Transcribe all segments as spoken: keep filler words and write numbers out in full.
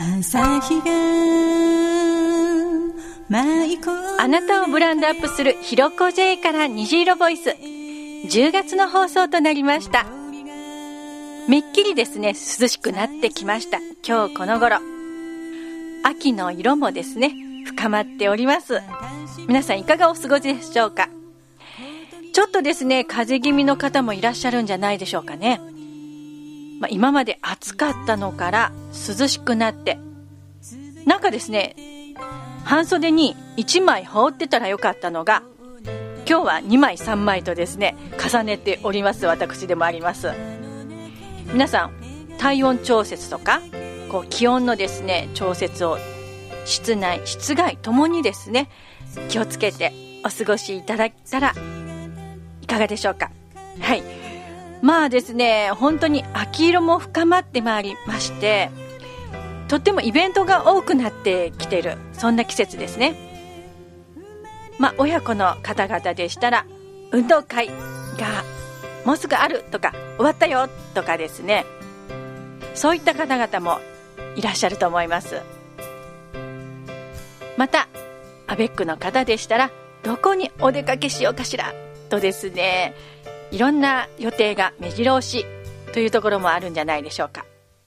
朝日が舞い込むあなたをブランドアップするひろこ J から虹色ボイス、じゅうがつの放送となりました。めっきりですね、涼しくなってきました。今日この頃、秋の色もですね深まっております。皆さんいかがお過ごしでしょうか。ちょっとですね風邪気味の方もいらっしゃるんじゃないでしょうかね。まあ、今まで暑かったのから涼しくなって、なんかですね半袖にいちまい羽織ってたらよかったのが、今日はにまいさんまいとですね重ねております。私でもあります。皆さん体温調節とかこう気温のですね調節を室内室外ともにですね気をつけてお過ごしいただけたらいかがでしょうか。はい、まあですね本当に秋色も深まってまいりまして、とってもイベントが多くなってきている、そんな季節ですね。まあ親子の方々でしたら運動会がもうすぐあるとか終わったよとかですね、そういった方々もいらっしゃると思います。またアベックの方でしたらどこにお出かけしようかしらとですね、いろんな予定が目白押しというところもあるんじゃないでしょうか。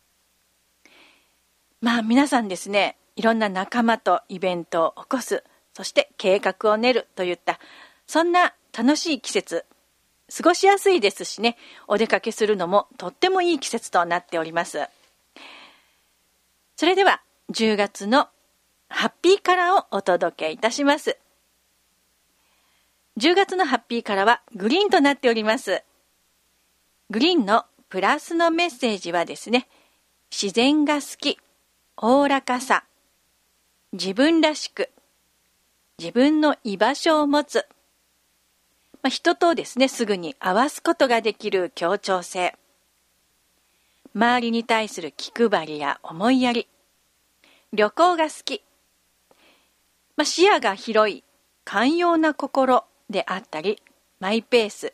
まあ皆さんですね、いろんな仲間とイベントを起こす、そして計画を練るといったそんな楽しい季節、過ごしやすいですしね、お出かけするのもとってもいい季節となっております。それではじゅうがつのハッピーカラーをお届けいたします。じゅうがつのハッピーカラーはグリーンとなっております。グリーンのプラスのメッセージはですね、自然が好き、おおらかさ、自分らしく、自分の居場所を持つ、まあ、人とですねすぐに合わすことができる協調性、周りに対する気配りや思いやり、旅行が好き、まあ、視野が広い寛容な心であったり、マイペース、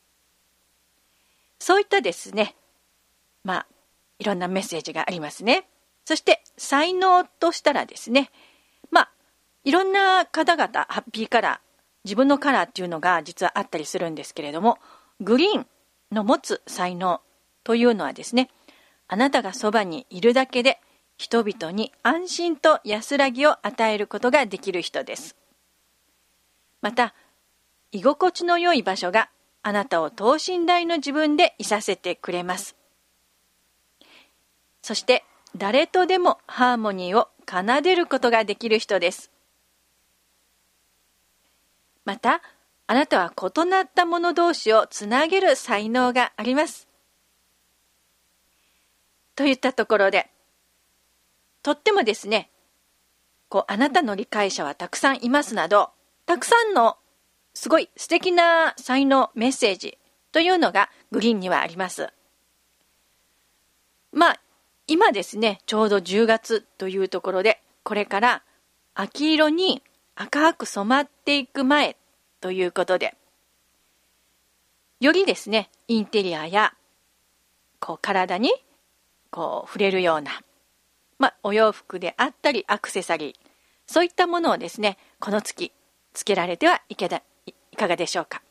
そういったですね、まあいろんなメッセージがありますね。そして才能としたらですね、まあいろんな方々ハッピーカラー、自分のカラーっていうのが実はあったりするんですけれども、グリーンの持つ才能というのはですね、あなたがそばにいるだけで人々に安心と安らぎを与えることができる人です。また居心地の良い場所があなたを等身大の自分でいさせてくれます。そして誰とでもハーモニーを奏でることができる人です。またあなたは異なった者同士をつなげる才能があります。といったところで、とってもですね、こうあなたの理解者はたくさんいますなど、たくさんのすごい素敵な才能、メッセージというのがグリーンにはあります。まあ今ですね、ちょうどじゅうがつというところで、これから秋色に赤く染まっていく前ということで、よりですねインテリアやこう体にこう触れるような、まあ、お洋服であったりアクセサリー、そういったものをですねこの月つけられてはいけだいかがでしょうか。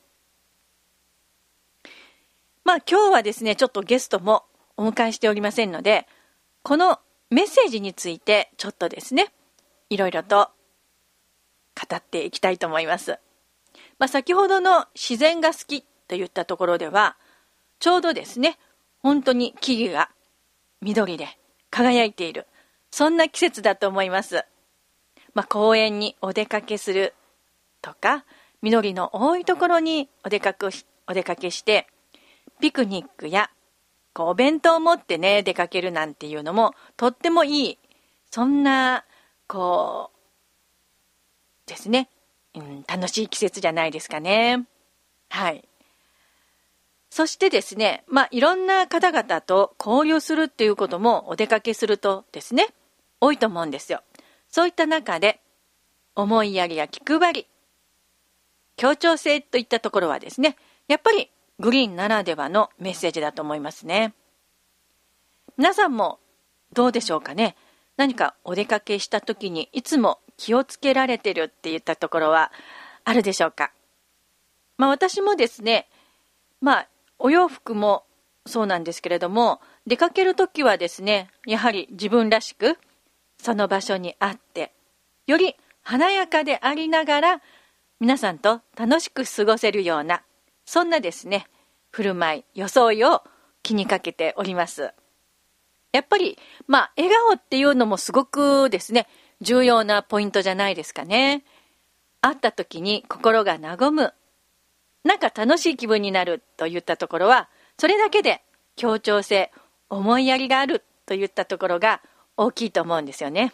まあ今日はですねちょっとゲストもお迎えしておりませんので、このメッセージについてちょっとですねいろいろと語っていきたいと思います。まあ、先ほどの自然が好きといったところではちょうどですね本当に木々が緑で輝いている、そんな季節だと思います。まあ、公園にお出かけするとか、緑の多いところにお出かけし、お出かけしてピクニックやこうお弁当を持ってね出かけるなんていうのもとってもいい、そんなこうですね、うん、楽しい季節じゃないですかね。はい。そしてですね、まあいろんな方々と交流するっていうこともお出かけするとですね多いと思うんですよ。そういった中で思いやりや気配り、協調性といったところはですね、やっぱりグリーンならではのメッセージだと思いますね。皆さんもどうでしょうかね。 何かお出かけした時にいつも気をつけられてるっていったところはあるでしょうか。まあ私もですね、まあお洋服もそうなんですけれども、出かける時はですね、やはり自分らしくその場所にあって、より華やかでありながら皆さんと楽しく過ごせるような、そんなですね、振る舞い、装いを気にかけております。やっぱり、まあ、笑顔っていうのもすごくですね、重要なポイントじゃないですかね。会った時に心が和む、なんか楽しい気分になるといったところは、それだけで協調性、思いやりがあるといったところが大きいと思うんですよね。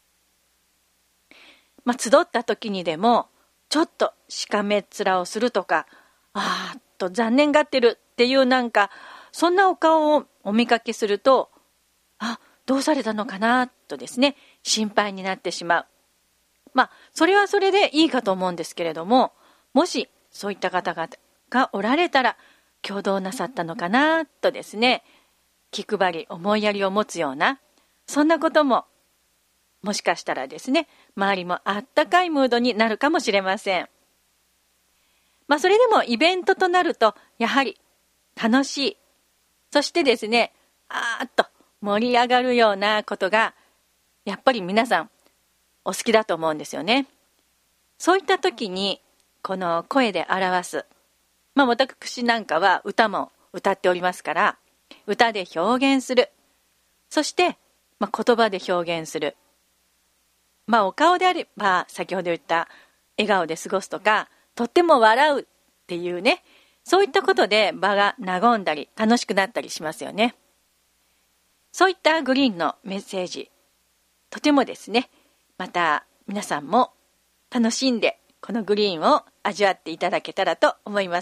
まあ、集った時にでも、ちょっとしかめっ面をするとか、あーっと残念がってるっていうなんか、そんなお顔をお見かけすると、あ、どうされたのかなとですね、心配になってしまう。まあ、それはそれでいいかと思うんですけれども、もしそういった方々がおられたら、共同なさったのかなとですね、気配り、思いやりを持つような、そんなことも、もしかしたらですね、周りもあったかいムードになるかもしれません。まあ、それでもイベントとなると、やはり楽しい、そしてですね、あーっと盛り上がるようなことが、やっぱり皆さんお好きだと思うんですよね。そういった時に、この声で表す、まあ私なんかは歌も歌っておりますから、歌で表現する、そして、まあ、言葉で表現する、まあお顔であれば先ほど言った笑顔で過ごすとか、とっても笑うっていうね、そういったことで場が和んだり楽しくなったりしますよね。そういったグリーンのメッセージ、とてもですね、また皆さんも楽しんでこのグリーンを味わっていただけたらと思います。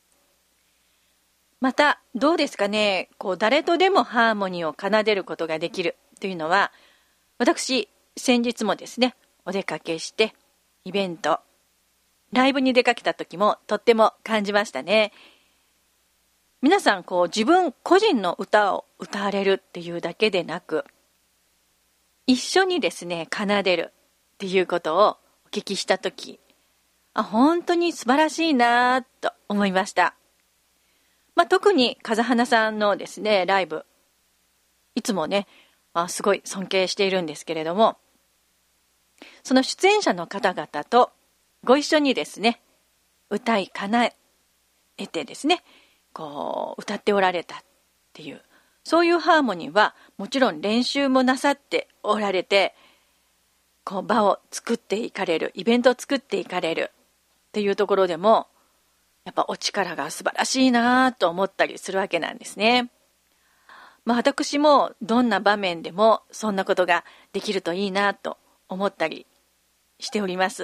またどうですかね、こう誰とでもハーモニーを奏でることができるというのは、私先日もですね、お出かけしてイベント、ライブに出かけた時もとっても感じましたね。皆さんこう自分個人の歌を歌われるっていうだけでなく、一緒にですね奏でるっていうことをお聞きした時、あ、本当に素晴らしいなと思いました。まあ、特に風花さんのですねライブ、いつもね、あ、すごい尊敬しているんですけれども、その出演者の方々とご一緒にですね歌い叶えてですね、こう歌っておられたっていう、そういうハーモニーはもちろん練習もなさっておられて、こう場を作っていかれる、イベントを作っていかれるっていうところでも、やっぱお力が素晴らしいなと思ったりするわけなんですね。まあ私もどんな場面でもそんなことができるといいなと思ったりしております。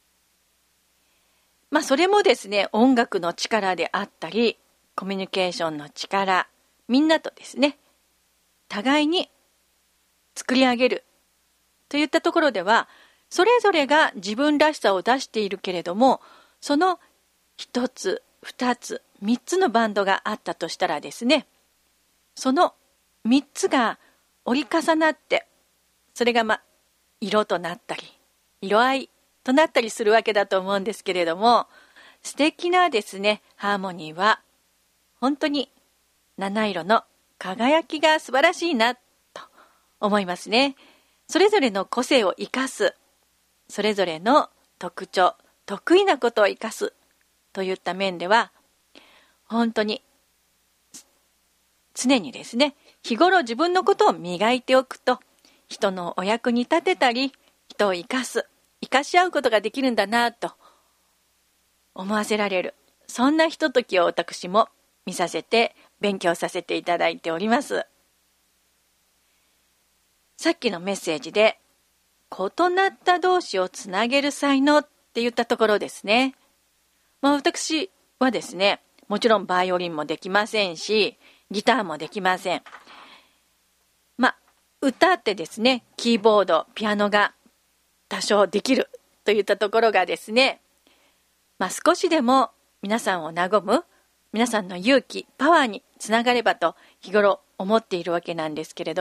まあそれもですね、音楽の力であったり、コミュニケーションの力、みんなとですね、互いに作り上げるといったところでは、それぞれが自分らしさを出しているけれども、その一つ、二つ、三つのバンドがあったとしたらですね、その三つが折り重なって、それがまあ色となったり、色合いとなったりするわけだと思うんですけれども、素敵なですね、ハーモニーは本当に七色の輝きが素晴らしいなと思いますね。それぞれの個性を生かす、それぞれの特徴、得意なことを生かすといった面では、本当に常にですね、日頃自分のことを磨いておくと、人のお役に立てたり、人を生かす、生かし合うことができるんだなと思わせられる、そんなひとときを私も見させて、勉強させていただいております。さっきのメッセージで、異なった同士をつなげる才能って言ったところですね。まあ私はですね、もちろんバイオリンもできませんし、ギターもできません。まあ歌ってですね、キーボード、ピアノが多少できるといったところがですね、まあ少しでも皆さんを和む、皆さんの勇気、パワーにつながればと日頃思っているわけなんですけれども、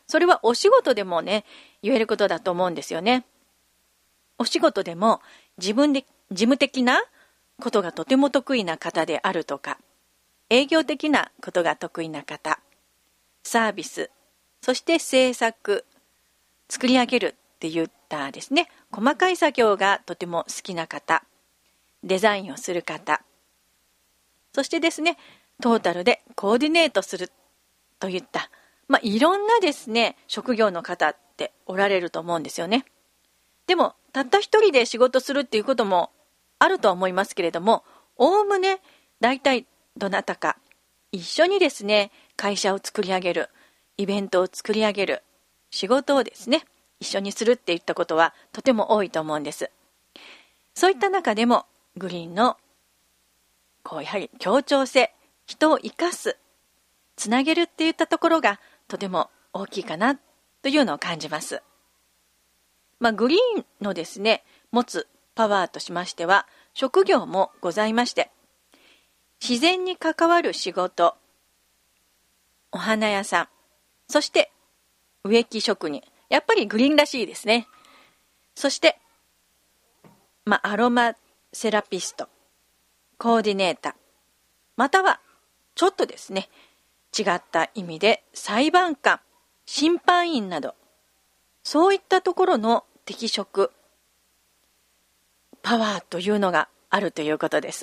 それはお仕事でもね、言えることだと思うんですよね。お仕事でも自分で事務的なことがとても得意な方であるとか、営業的なことが得意な方、サービス、そして制作、作り上げるっていったですね、細かい作業がとても好きな方、デザインをする方、そしてですね、トータルでコーディネートするといった、まあ、いろんなですね、職業の方っておられると思うんですよね。でも、たった一人で仕事するっていうこともあるとは思いますけれども、おおむね、だいたいどなたか一緒にですね、会社を作り上げる、イベントを作り上げる、仕事をですね、一緒にするっていったことはとても多いと思うんです。そういった中でも、グリーンの、こうやはり協調性、人を生かす、つなげるっていったところがとても大きいかなというのを感じます。まあ、グリーンのですね、持つパワーとしましては、職業もございまして、自然に関わる仕事、お花屋さん、そして植木職人、やっぱりグリーンらしいですね。そして、まあ、アロマセラピスト、コーディネーター、またはちょっとですね、違った意味で裁判官、審判員など、そういったところの適職、パワーというのがあるということです。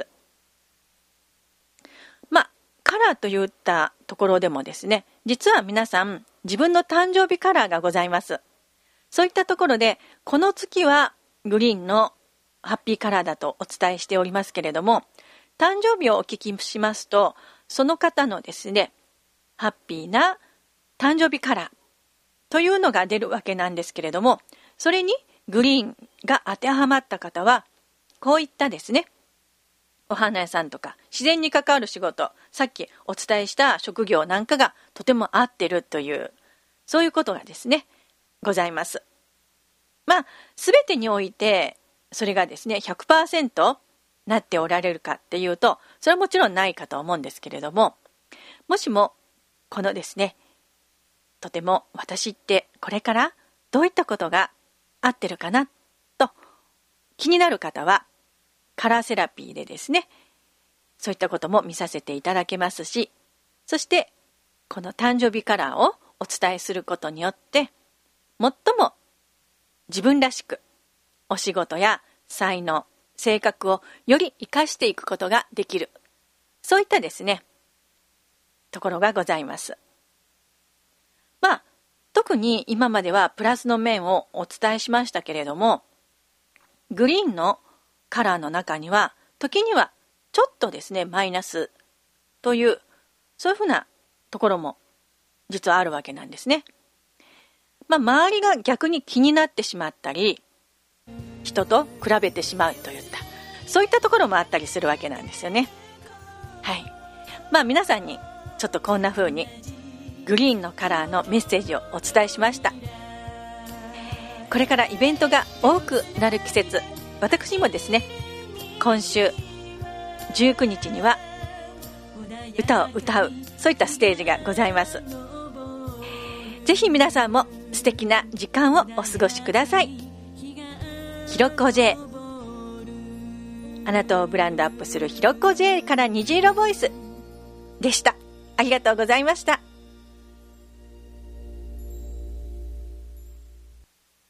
まあ、カラーといったところでもですね、実は皆さん自分の誕生日カラーがございます。そういったところで、この月はグリーンのハッピーカラーだとお伝えしておりますけれども、誕生日をお聞きしますと、その方のですね、ハッピーな誕生日カラーというのが出るわけなんですけれども、それにグリーンが当てはまった方は、こういったですね、お花屋さんとか自然に関わる仕事、さっきお伝えした職業なんかがとても合ってるという、そういうことがですね、ございます。まあ、すべてにおいて、それがですね、ひゃくパーセント なっておられるかっていうと、それはもちろんないかと思うんですけれども、もしも、このですね、とても私ってこれからどういったことが合ってるかなと気になる方は、カラーセラピーでですね、そういったことも見させていただけますし、そしてこの誕生日カラーをお伝えすることによって、最も自分らしくお仕事や才能、性格をより生かしていくことができる、そういったですね、ところがございます。まあ、特に今まではプラスの面をお伝えしましたけれども、グリーンのカラーの中には、時にはちょっとですね、マイナスという、そういうふうなところも実はあるわけなんですね。まあ、周りが逆に気になってしまったり、人と比べてしまうといった、そういったところもあったりするわけなんですよね。はい。まあ、皆さんにちょっとこんな風にグリーンのカラーのメッセージをお伝えしました。これからイベントが多くなる季節、私もですね、今週じゅうくにちには歌を歌う、そういったステージがございます。ぜひ皆さんも素敵な時間をお過ごしください。ひろこ J、 あなたをブランドアップするひろこ J から虹色ボイスでした。ありがとうございました。